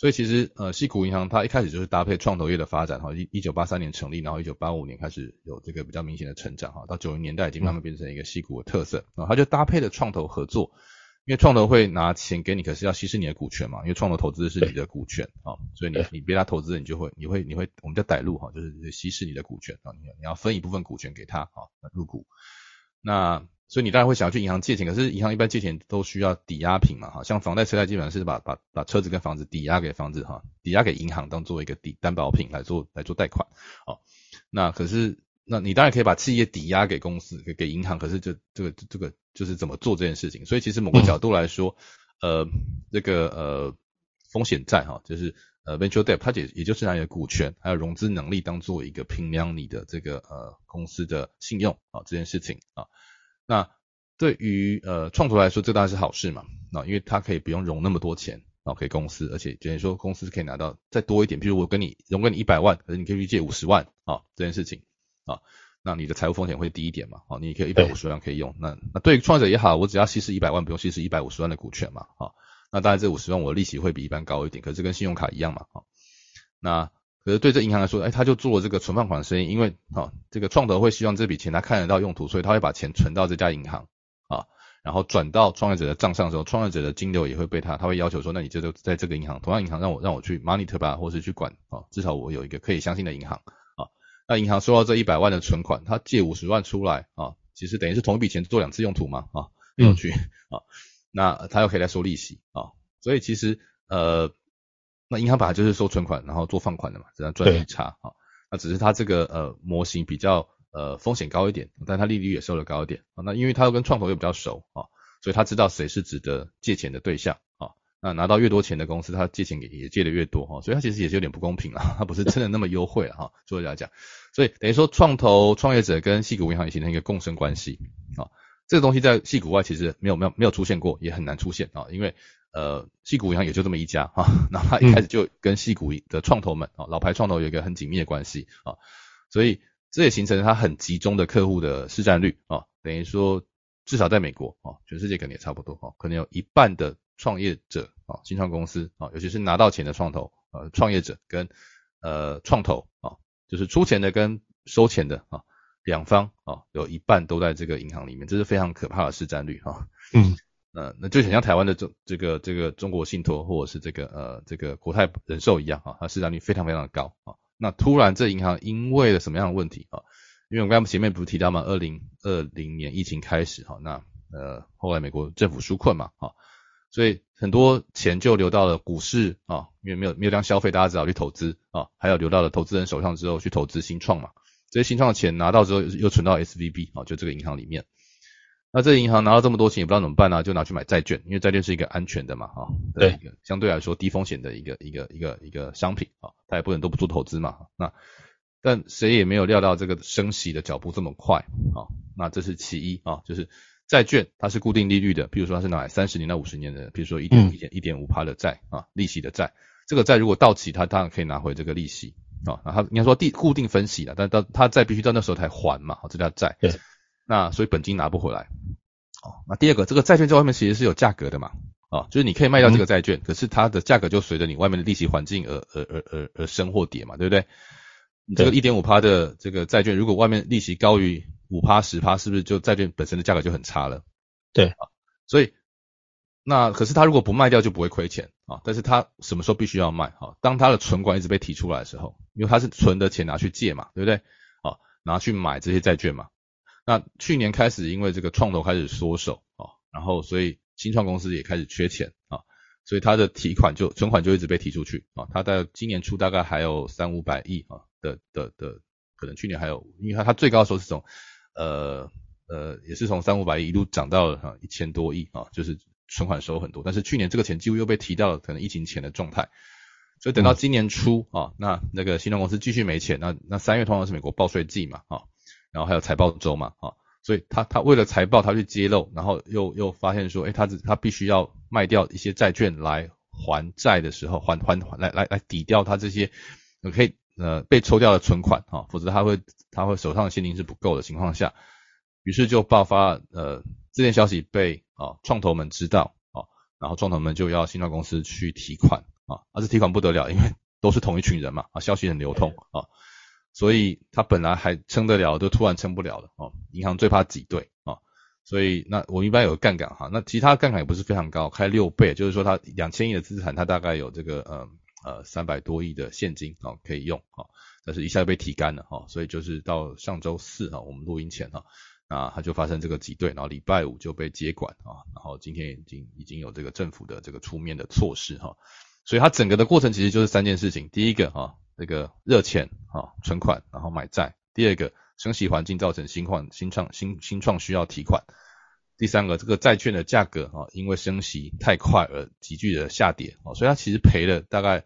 所以其实矽谷银行它一开始就是搭配创投业的发展哈，1983年成立，然后1985年开始有这个比较明显的成长哈，到90年代已经慢慢变成一个矽谷的特色啊，它就搭配了创投合作。因为创投会拿钱给你，可是要稀释你的股权嘛，因为创投投资是你的股权啊，所以你被他投资，你会我们叫逮入哈，就是稀释你的股权啊，你要分一部分股权给他啊，入股。那所以你当然会想要去银行借钱，可是银行一般借钱都需要抵押品嘛哈，像房贷车贷基本上是把车子跟房子抵押给房子哈，抵押给银行当做一个担保品来做贷款啊。那你当然可以把企业抵押给公司给银行，可是这个就是怎么做这件事情。所以其实某个角度来说，风险债哈，就是venture debt 它也就是拿你的股权还有融资能力当做一个评量你的这个公司的信用啊这件事情啊。那对于创投来说，这当然是好事嘛啊，因为它可以不用融那么多钱啊给公司，而且等于说公司可以拿到再多一点，比如我融给你100万，可是你可以去借50万啊这件事情。啊，那你的财务风险会低一点嘛？你可以150万可以用。那对于创业者也好，我只要稀释100万，不用稀释150万的股权嘛。那当然这50万我的利息会比一般高一点，可是跟信用卡一样嘛。那可是对这银行来说，他就做了这个存放款的生意，因为这个创投会希望这笔钱他看得到用途，所以他会把钱存到这家银行啊，然后转到创业者的账上的时候，创业者的金流也会被他会要求说，那你就在这个银行，同样银行让我去 monitor 吧，或是去管啊，至少我有一个可以相信的银行。那银行收到这100万的存款，他借50万出来啊，其实等于是同一笔钱做2次用途嘛啊，很有趣啊。那他又可以来收利息啊，所以其实那银行本来就是收存款然后做放款的嘛，这样赚利差啊。那只是他这个模型比较风险高一点，但他利率也收得高一点啊。那因为他又跟创投又比较熟啊，所以他知道谁是值得借钱的对象啊。那拿到越多钱的公司，他借钱也借的越多哈，所以他其实也是有点不公平啦，他不是真的那么优惠啦哈，所以来讲，所以等于说创业者跟矽谷银行也形成一个共生关系啊，这个东西在矽谷外其实没有出现过，也很难出现啊，因为矽谷银行也就这么一家啊，那他一开始就跟矽谷的创投们啊，老牌创投有一个很紧密的关系啊，所以这也形成了他很集中的客户的市占率啊，等于说至少在美国啊，全世界可能也差不多啊，可能有一半的创业者啊，新创公司啊，尤其是拿到钱的创业者跟创投啊，就是出钱的跟收钱的啊，两方啊，有一半都在这个银行里面，这是非常可怕的市占率啊。那就很像台湾的这个中国信托或者是这个国泰人寿一样啊，它市占率非常非常的高啊。那突然这银行因为了什么样的问题啊？因为我刚才前面不是提到嘛，2020年疫情开始哈，那后来美国政府纾困嘛哈，所以很多钱就流到了股市啊，因为没有这样消费，大家只好去投资啊，还有流到了投资人手上之后去投资新创嘛，这些新创的钱拿到之后又存到 SVB 啊，就这个银行里面。那这个银行拿到这么多钱也不知道怎么办呢，就拿去买债券，因为债券是一个安全的嘛哈，对，相对来说低风险的一个商品啊，它也不能都不做投资嘛，但谁也没有料到这个升息的脚步这么快啊，那这是其一啊，就是债券它是固定利率的，比如说它是拿来30年到50年的，比如说 1.5% 的债啊，利息的债，这个债如果到期它当然可以拿回这个利息啊，那它应该说固定分息了，但它债必须到那时候才还嘛，这叫债，对，那所以本金拿不回来。那第二个，这个债券在外面其实是有价格的嘛，就是你可以卖掉这个债券，可是它的价格就随着你外面的利息环境而升或跌嘛，对不对？你这个 1.5% 的这个债券，如果外面利息高于 5%、10%， 是不是就债券本身的价格就很差了？ 对， 所以那可是他如果不卖掉就不会亏钱啊，但是他什么时候必须要卖啊？当他的存款一直被提出来的时候，因为他是存的钱拿去借嘛，对不对？拿去买这些债券嘛。那去年开始因为这个创投开始缩手然后所以新创公司也开始缺钱所以他的存款就一直被提出去他在今年初大概还有300-500亿的可能去年还有，因为他最高的时候是从也是从300-500亿一路涨到了1000多亿就是存款收很多，但是去年这个钱几乎又被提到了可能疫情前的状态，所以等到今年初那个新创公司继续没钱，那3月通常是美国报税季嘛然后还有财报周嘛所以他为了财报他去揭露，然后又发现说他必须要卖掉一些债券来还债的时候来抵掉他这些可以被抽掉的存款否则他会手上的现金是不够的情况下，于是就爆发这件消息被创投们知道然后创投们就要新创公司去提款这提款不得了，因为都是同一群人嘛，消息很流通所以他本来还撑得了，就突然撑不了了银行最怕挤兑所以那我一般有杠杆那其他杠杆也不是非常高，开6倍，就是说他2000亿的资产，他大概有这个300多亿的现金可以用但是一下就被提干了所以就是到上周四我们录音前那他就发生这个挤兑，然后礼拜五就被接管然后今天已经有这个政府的这个出面的措施所以它整个的过程其实就是3件事情，第一个这个热钱存款然后买债，第二个升息环境造成新创需要提款，第三个这个债券的价格因为升息太快而急剧的下跌所以它其实赔了大概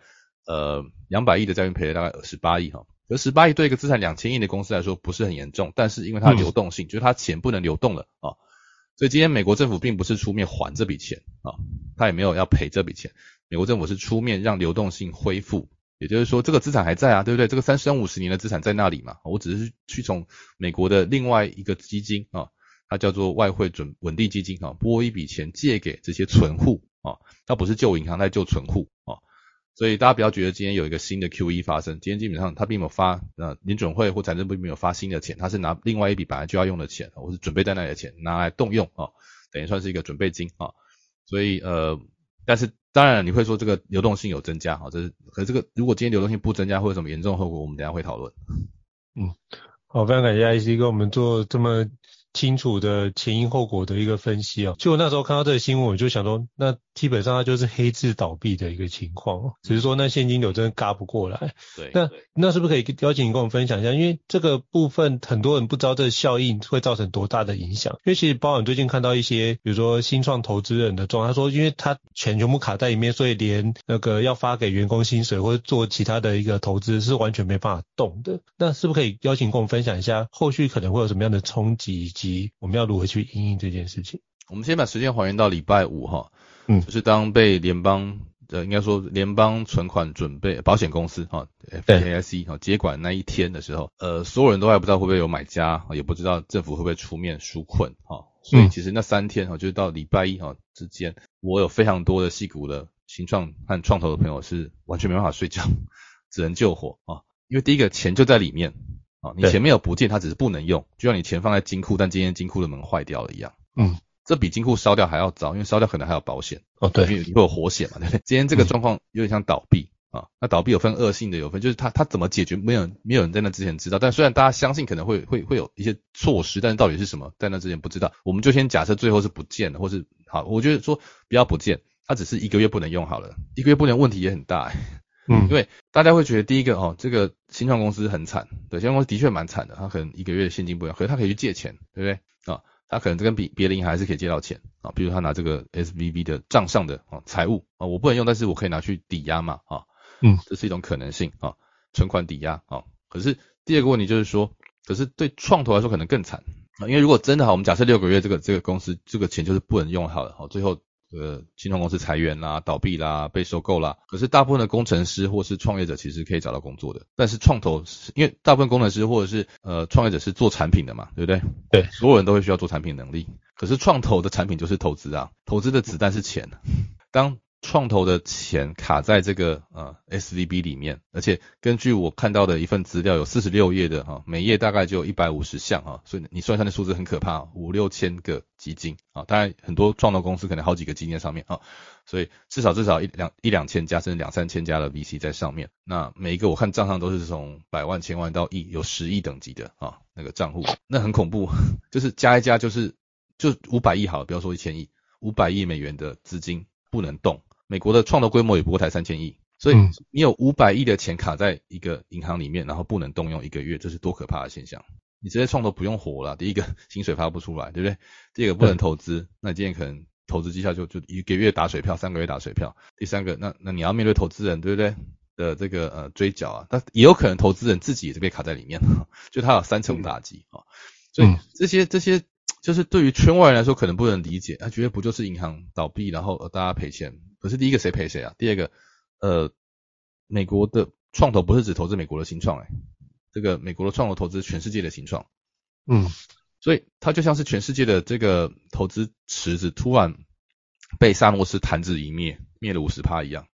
200亿的债券赔了大概18亿而18亿对一个资产2000亿的公司来说不是很严重，但是因为它的流动性就是它钱不能流动了所以今天美国政府并不是出面还这笔钱它也没有要赔这笔钱，美国政府是出面让流动性恢复，也就是说这个资产还在对不对？这个30-50年的资产在那里嘛，我只是去从美国的另外一个基金它叫做外汇稳定基金拨一笔钱借给这些存户它不是救银行，它救存户所以大家不要觉得今天有一个新的 QE 发生，今天基本上它并没有发联准会或财政部并没有发新的钱，它是拿另外一笔本来就要用的钱或是准备在那里的钱拿来动用等于算是一个准备金所以但是当然你会说这个流动性有增加可是这个如果今天流动性不增加会有什么严重的后果，我们等一下会讨论。 好，非常感谢 IC 跟我们做这么清楚的前因后果的一个分析就我那时候看到这个新闻，我就想说那基本上它就是黑字倒闭的一个情况只是说那现金流真的嘎不过来。 对， 那是不是可以邀请你跟我们分享一下，因为这个部分很多人不知道这个效应会造成多大的影响，因为其实包含最近看到一些比如说新创投资人的状况，他说因为他钱全部卡在里面，所以连那个要发给员工薪水或者做其他的一个投资是完全没办法动的。那是不是可以邀请跟我们分享一下后续可能会有什么样的冲击，以及我们要如何去因应这件事情？ 我们先把时间还原到礼拜五就是当被联邦应该说联邦存款准备保险公司FDIC 接管那一天的时候所有人都还不知道会不会有买家也不知道政府会不会出面纾困所以其实那3天就是到礼拜一之间，我有非常多的矽谷的新创和创投的朋友是完全没办法睡觉，只能救火因为第一个钱就在里面你钱没有不见，它只是不能用，就像你钱放在金库但今天金库的门坏掉了一样这比金库烧掉还要糟，因为烧掉可能还有保险对，因为会有火险嘛，对不对？今天这个状况有点像倒闭那倒闭有分恶性的，有分就是它怎么解决，没有人在那之前知道，但虽然大家相信可能会有一些措施，但是到底是什么在那之前不知道，我们就先假设最后是不见了，或是好，我觉得说不要不见，它只是1个月不能用好了，1个月不能问题也很大因为大家会觉得第一个这个新创公司很惨，对，新创公司的确蛮惨的，它可能1个月的现金不能，可是它可以去借钱，对不对他可能跟别的银行还是可以借到钱比如他拿这个 SVB 的账上的财务我不能用，但是我可以拿去抵押嘛这是一种可能性存款抵押可是第二个问题就是说，可是对创投来说可能更惨因为如果真的我们假设6个月这个公司这个钱就是不能用好了最后新创公司裁员啦、倒闭啦、被收购啦，可是大部分的工程师或是创业者其实可以找到工作的，但是创投因为大部分工程师或者是创业者是做产品的嘛，对不对？对，所有人都会需要做产品能力，可是创投的产品就是投资投资的子弹是钱，当创投的钱卡在这个SVB 里面，而且根据我看到的一份资料有46页的每页大概就有150项所以你算算的数字很可怕5-6千个基金当然很多创投公司可能好几个基金在上面所以至少1-2千家甚至2-3千家的 VC 在上面，那每一个我看账上都是从百万千万到亿，有10亿等级的那个账户，那很恐怖就是加一加就500亿好了，不要说1000亿，500亿美元的资金不能动，美国的创投规模也不过才3000亿，所以你有500亿的钱卡在一个银行里面，然后不能动用1个月，这是多可怕的现象。你这些创投不用活了，第一个薪水发不出来，对不对？第二个不能投资，那你今天可能投资绩效就1个月打水漂，3个月打水漂。第三个，那你要面对投资人，对不对？的这个追缴那也有可能投资人自己也是被卡在里面，就他有3重打击所以这些就是对于圈外人来说可能不能理解，他觉得不就是银行倒闭然后大家赔钱，可是第一个谁赔谁第二个美国的创投不是只投资美国的新创这个美国的创投投资全世界的新创所以它就像是全世界的这个投资池子突然被萨诺斯弹指一灭了 50% 一样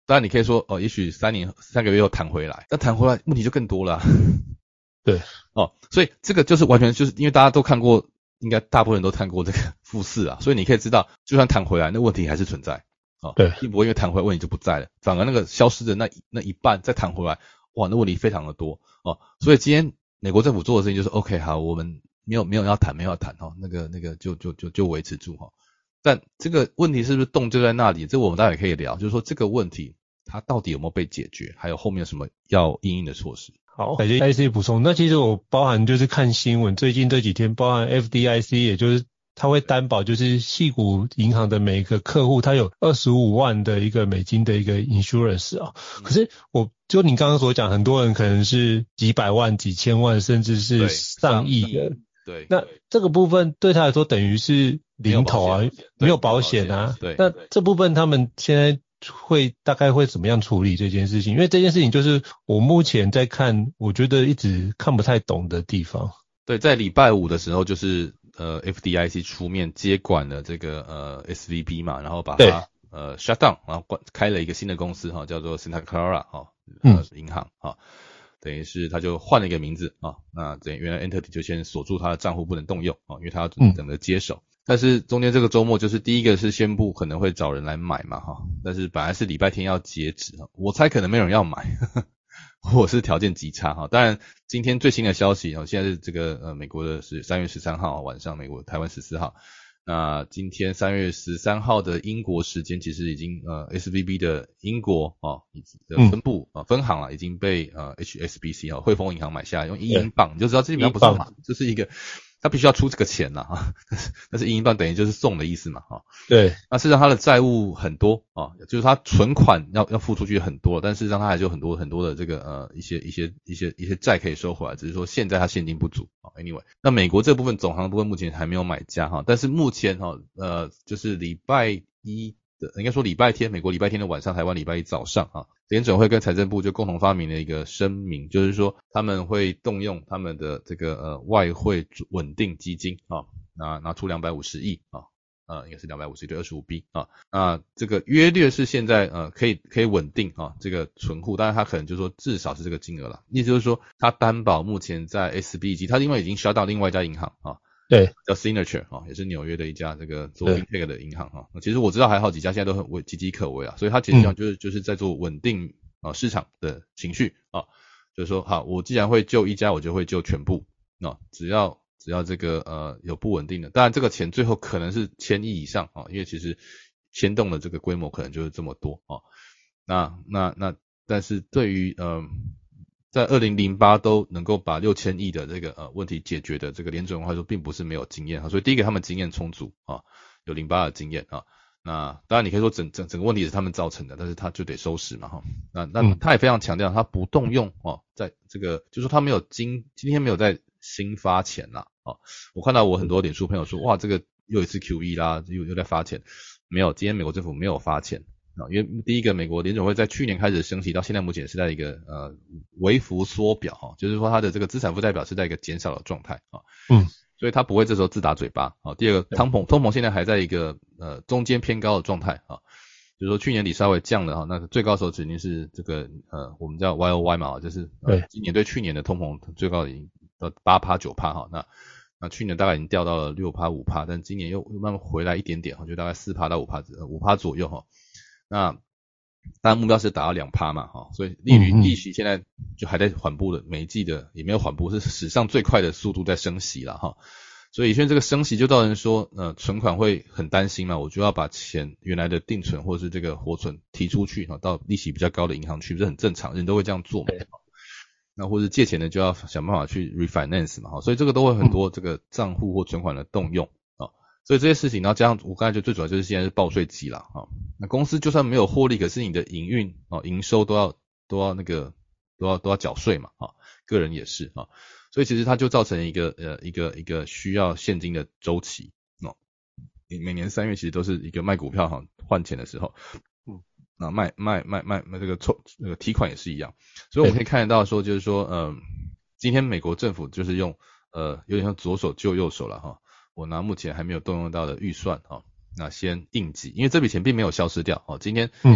当然你可以说也许3个月后弹回来，但弹回来问题就更多了对所以这个就是完全就是因为大家都看过，应该大部分人都看过这个富士所以你可以知道就算弹回来那问题还是存在对， 并不会因为弹回来问题就不在了，反而那个消失的那一半再弹回来，哇，那问题非常的多所以今天美国政府做的事情就是 OK 好，我们没有要谈那个就维持住但这个问题是不是洞就在那里，这我们待会可以聊，就是说这个问题它到底有没有被解决，还有后面有什么要因应的措施。 好，感谢 IC 补充。那其实我包含就是看新闻，最近这几天包含 FDIC， 也就是他会担保就是矽谷银行的每一个客户，他有25万的一个美金的一个 insurance 可是就你刚刚所讲，很多人可能是几百万、几千万，甚至是上亿的。 对， 那这个部分对他来说等于是零头没有保险对， 那这部分他们现在大概会怎么样处理这件事情？因为这件事情就是我目前在看，我觉得一直看不太懂的地方。 对，在礼拜五的时候，就是FDIC 出面接管了这个SVB 嘛，然后把它shut down， 然后开了一个新的公司叫做 Santa Clara 银行等于是他就换了一个名字那等于原来 Entity 就先锁住他的账户不能动用因为他要等着接手。但是中间这个周末就是第一个是宣布可能会找人来买嘛但是本来是礼拜天要截止我猜可能没有人要买或是条件极差当然今天最新的消息现在是这个美国的是3月13号晚上，美国台湾14号。那今天3月13号的英国时间，其实已经SVB 的英国的分部分行已经被HSBC 汇丰银行买下来，用1英镑，你就知道这基本上不是嘛，就是一个他必须要出这个钱啦但是1英镑等于就是送的意思嘛对， 那事实上他的债务很多就是他存款要付出去很多，但事实上他还是有很多的这个一些债可以收回来，只是说现在他现金不足anyway。那美国这部分总行的部分目前还没有买家但是目前就是礼拜一的，应该说礼拜天，美国礼拜天的晚上，台湾礼拜一早上联准会跟财政部就共同发明了一个声明，就是说他们会动用他们的这个外汇稳定基金拿出250亿应该是250亿对 25B 那这个约略是现在可以稳定这个存户，当然他可能就是说至少是这个金额啦，意思就是说他担保目前在 SBG， 他因为已经 shut down 另外一家银行对， 叫 Signature 也是纽约的一家这个做 fintech 的银行其实我知道还好几家现在都很岌岌可危所以他其实就是在做稳定市场的情绪就是说好，我既然会救一家，我就会救全部只要这个有不稳定的，当然这个钱最后可能是1000亿以上因为其实牵动的这个规模可能就是这么多那但是对于在2008都能够把6000亿的这个问题解决的这个联准会说并不是没有经验所以第一个他们经验充足有08的经验那当然你可以说整个问题是他们造成的，但是他就得收拾嘛那他也非常强调他不动用在这个就是说他没有今天没有在新发钱啦我看到我很多脸书朋友说哇这个又一次 QE 啦又在发钱，没有，今天美国政府没有发钱因为第一个美国联准会在去年开始升息到现在目前是在一个微幅缩表就是说它的这个资产负债表是在一个减少的状态所以它不会这时候自打嘴巴第二个通膨现在还在一个中间偏高的状态就是说去年底稍微降了那最高时候指定是这个我们叫 YOY 嘛就是今年对去年的通膨最高已经到 8% 9% 那去年大概已经掉到了 6% 5%， 但今年又慢慢回来一点点就大概 4% 到 5% 左右那当然目标是达到 2% 嘛所以利息现在就还在缓步的，每一季的也没有缓步，是史上最快的速度在升息啦所以现在这个升息就造成说存款会很担心嘛，我就要把钱原来的定存或者是这个活存提出去到利息比较高的银行去，不是很正常，人都会这样做嘛那或是借钱的就要想办法去 refinance 嘛所以这个都会很多这个账户或存款的动用所以这些事情，然后加上我刚才就最主要就是现在是报税季啦那公司就算没有获利，可是你的营运营收都要缴税嘛个人也是所以其实它就造成一个需要现金的周期每年3月其实都是一个卖股票换钱的时候那卖这个提款也是一样，所以我们可以看得到说就是说今天美国政府就是用有点像左手救右手了我拿目前还没有动用到的预算那先应急，因为这笔钱并没有消失掉今天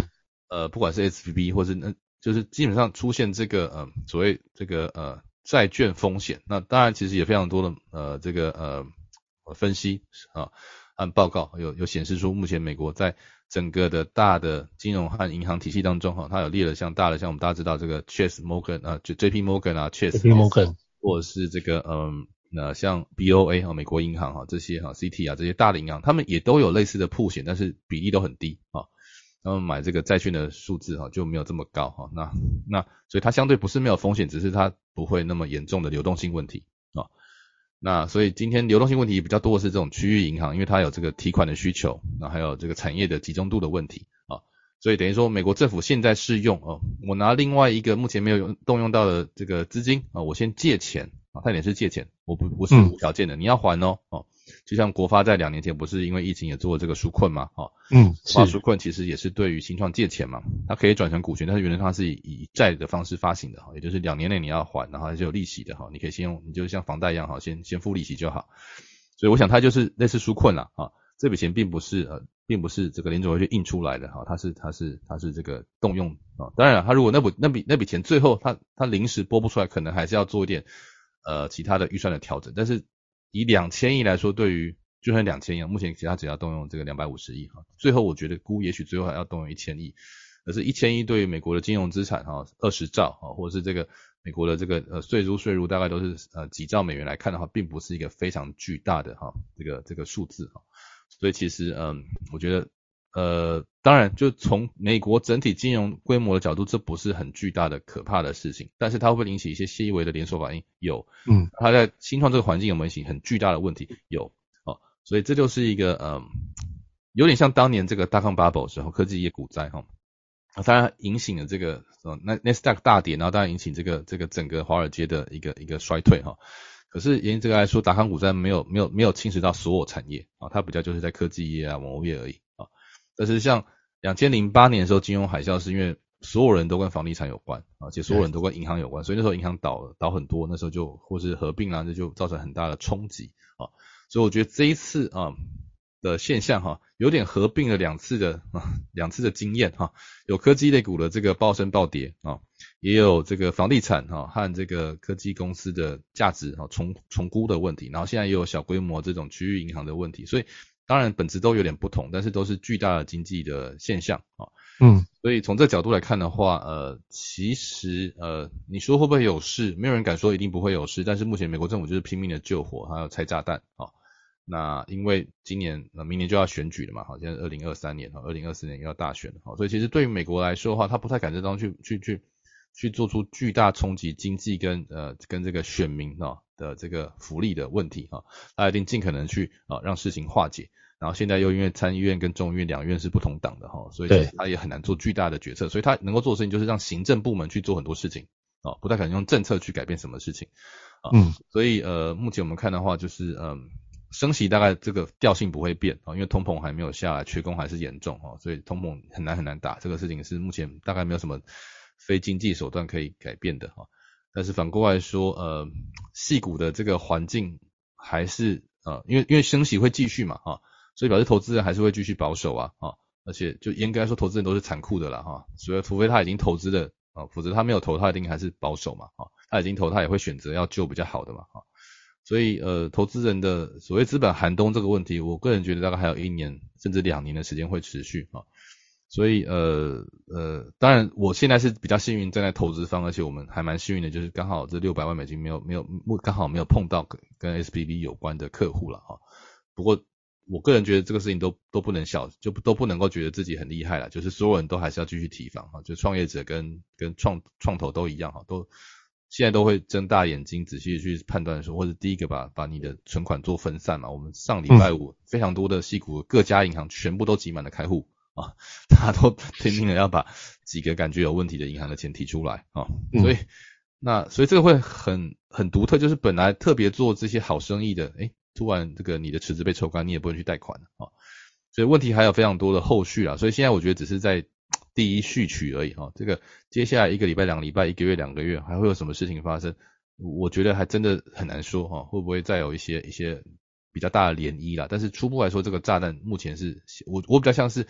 不管是 SVB 或是就是基本上出现这个所谓这个债券风险。那当然其实也非常多的这个分析和报告有显示出，目前美国在整个的大的金融和银行体系当中它有列了像我们大家知道这个 Chase Morgan JP Morgan Chase Morgan 或者是这个像 BOA 美国银行这些CT 这些大的银行，他们也都有类似的曝险，但是比例都很低他们买这个债券的数字就没有这么高那所以它相对不是没有风险，只是它不会那么严重的流动性问题那所以今天流动性问题比较多的是这种区域银行，因为它有这个提款的需求，那还有这个产业的集中度的问题所以等于说美国政府现在是用我拿另外一个目前没有动用到的这个资金我先借钱它也是借钱，我不是无条件的，你要还就像国发在2年前不是因为疫情也做了这个纾困嘛国发纾困其实也是对于新创借钱嘛，它可以转成股权，但是原则上是以债的方式发行的也就是2年内你要还，然后还是有利息的你可以先用，你就像房贷一样先付利息就好。所以我想它就是类似纾困啦这笔钱并不是这个联准会去印出来的它是这个动用当然了，它如果那笔钱最后它临时拨不出来，可能还是要做一点其他的预算的调整，但是以2000亿来说，对于就算2000亿目前其他只要动用这个250亿最后我觉得也许最后还要动用1000亿，可是1000亿对于美国的金融资产20兆或者是这个美国的这个税入大概都是几兆美元来看的话，并不是一个非常巨大的这个数字所以其实我觉得当然就从美国整体金融规模的角度，这不是很巨大的可怕的事情，但是它会不会引起一些细微的连锁反应？有它在新创这个环境有没有引起很巨大的问题？有所以这就是一个有点像当年这个大康 bubble 的时候科技业股灾当然引起了这个Nasdaq 大跌，然后当然引起这个整个华尔街的一个衰退可是沿这个来说，达康股灾没有侵蚀到所有产业它比较就是在科技业网络业而已但是像2008年的时候金融海啸，是因为所有人都跟房地产有关而且所有人都跟银行有关，所以那时候银行倒很多，那时候就或是合并这就造成很大的冲击所以我觉得这一次的现象有点合并了两次的经验有科技类股的这个暴升暴跌也有这个房地产和这个科技公司的价值重估的问题，然后现在也有小规模这种区域银行的问题，所以当然本质都有点不同，但是都是巨大的经济的现象所以从这角度来看的话其实你说会不会有事，没有人敢说一定不会有事，但是目前美国政府就是拼命的救火还有拆炸弹那因为明年就要选举了嘛现在2023年2024年又要大选了所以其实对于美国来说的话，他不太敢这当去做出巨大冲击经济跟这个选民的这个福利的问题他一定尽可能去让事情化解，然后现在又因为参议院跟众议院两院是不同党的所以其实他也很难做巨大的决策，所以他能够做的事情就是让行政部门去做很多事情不太可能用政策去改变什么事情所以目前我们看的话就是升息大概这个调性不会变因为通膨还没有下来，缺工还是严重所以通膨很难打，这个事情是目前大概没有什么非经济手段可以改变的但是反过来说矽谷的这个环境还是因为升息会继续嘛所以表示投资人还是会继续保守而且就严格来说投资人都是残酷的啦所以除非他已经投资的否则他没有投他一定还是保守嘛他已经投他也会选择要救比较好的嘛所以投资人的所谓资本寒冬这个问题，我个人觉得大概还有1年甚至2年的时间会持续所以当然我现在是比较幸运站在投资方，而且我们还蛮幸运的，就是刚好这600万美金刚好没有碰到跟 SPV 有关的客户了不过我个人觉得这个事情都不能就都不能够觉得自己很厉害了，就是所有人都还是要继续提防就创业者跟创投都一样都现在都会睁大眼睛仔细去判断说，或者第一个把你的存款做分散嘛。我们上礼拜五非常多的矽谷各家银行全部都挤满了开户大家都拼命的要把几个感觉有问题的银行的钱提出来所以这个会很独特，就是本来特别做这些好生意的突然这个你的池子被抽干，你也不能去贷款所以问题还有非常多的后续所以现在我觉得只是在第一序曲而已这个接下来1个礼拜2个礼拜1个月2个月还会有什么事情发生，我觉得还真的很难说会不会再有一些比较大的涟漪啦。但是初步来说，这个炸弹目前是我比较像是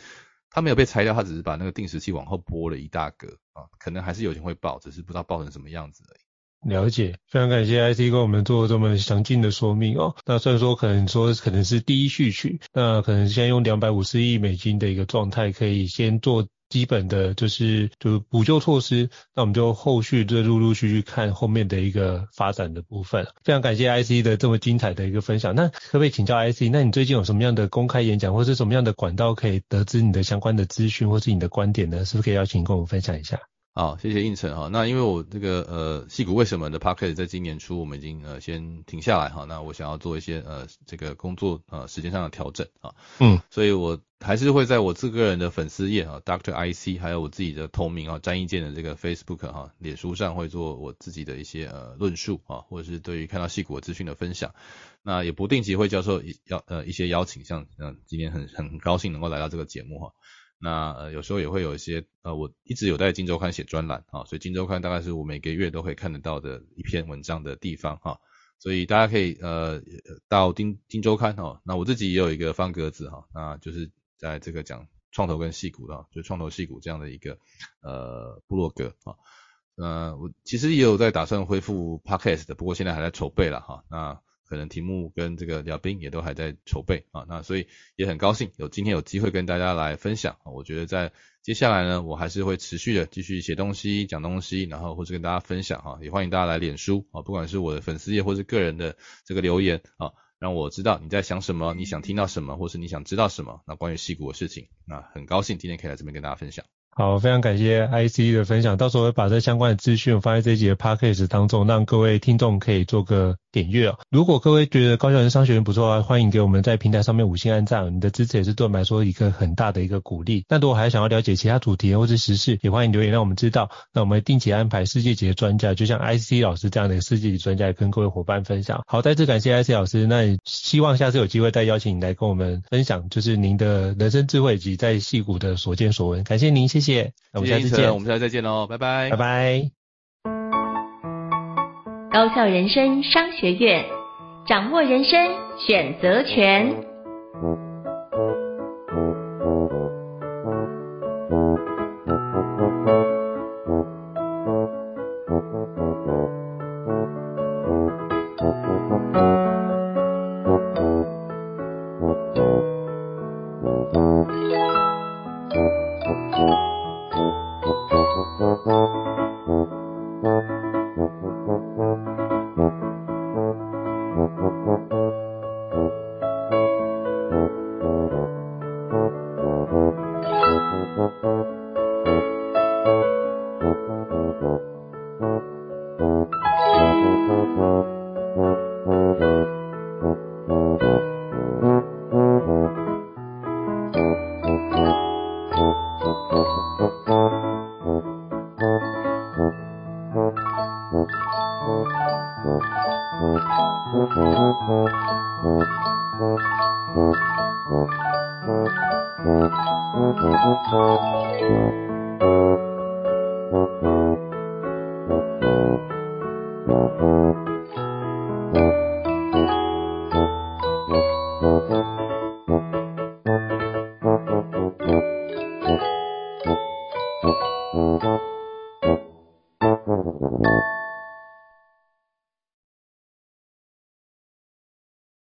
它没有被拆掉，它只是把那个定时器往后拨了一大格啊，可能还是有钱会爆，只是不知道爆成什么样子而已。 了解，非常感谢 IC 跟我们做这么详尽的说明哦。那虽然说可能是第一序曲，那可能现在用250亿美金的一个状态，可以先做基本的就是补救措施，那我们就后续就陆陆续续看后面的一个发展的部分。非常感谢 IC 的这么精彩的一个分享。那可不可以请教 IC， 那你最近有什么样的公开演讲，或是什么样的管道可以得知你的相关的资讯，或是你的观点呢？是不是可以邀请跟我们分享一下？ 好，谢谢应成哈。那因为我这个矽谷为什么的 podcast 在今年初我们已经先停下来哈，那我想要做一些这个工作时间上的调整啊，所以我还是会在我自个人的粉丝页啊 Dr. IC 还有我自己的同名啊詹益健的这个 Facebook 哈脸书上会做我自己的一些论述啊，或者是对于看到矽谷的资讯的分享。那也不定期会教授一些邀请，像今天很高兴能够来到这个节目哈。那有时候也会有一些我一直有在今周刊写专栏啊，所以今周刊大概是我每个月都会看得到的一篇文章的地方哈，所以大家可以到今周刊哈，那我自己也有一个方格子哈，那就是在这个讲创投跟矽谷的，就创投矽谷这样的一个部落格啊，我其实也有在打算恢复 podcast 的，不过现在还在筹备啦哈，那可能题目跟这个聊宾也都还在筹备啊，那所以也很高兴今天有机会跟大家来分享。我觉得在接下来呢，我还是会持续的继续写东西、讲东西，然后或是跟大家分享哈，也欢迎大家来脸书啊，不管是我的粉丝页或是个人的这个留言啊，让我知道你在想什么，你想听到什么，或是你想知道什么，那关于矽谷的事情，那很高兴今天可以来这边跟大家分享。 好，非常感谢 IC 的分享，到时候会把这相关的资讯放在这一集的 Podcast 当中，让各位听众可以做个点阅哦。如果各位觉得高效人商学院不错的话，欢迎给我们在平台上面5星按赞，你的支持也是对我们来说一个很大的一个鼓励。那如果还想要了解其他主题或是时事，也欢迎留言让我们知道。那我们会定期安排世界级的专家，就像 IC 老师这样的世界级专家跟各位伙伴分享。好，再次感谢 IC 老师，那也希望下次有机会再邀请你来跟我们分享，就是您的人生智慧及在矽谷的所见所闻。感谢您，谢谢。那我们下次见， 我们下次再见喽，拜拜， 拜拜。 高效人生商学院，掌握人生选择权。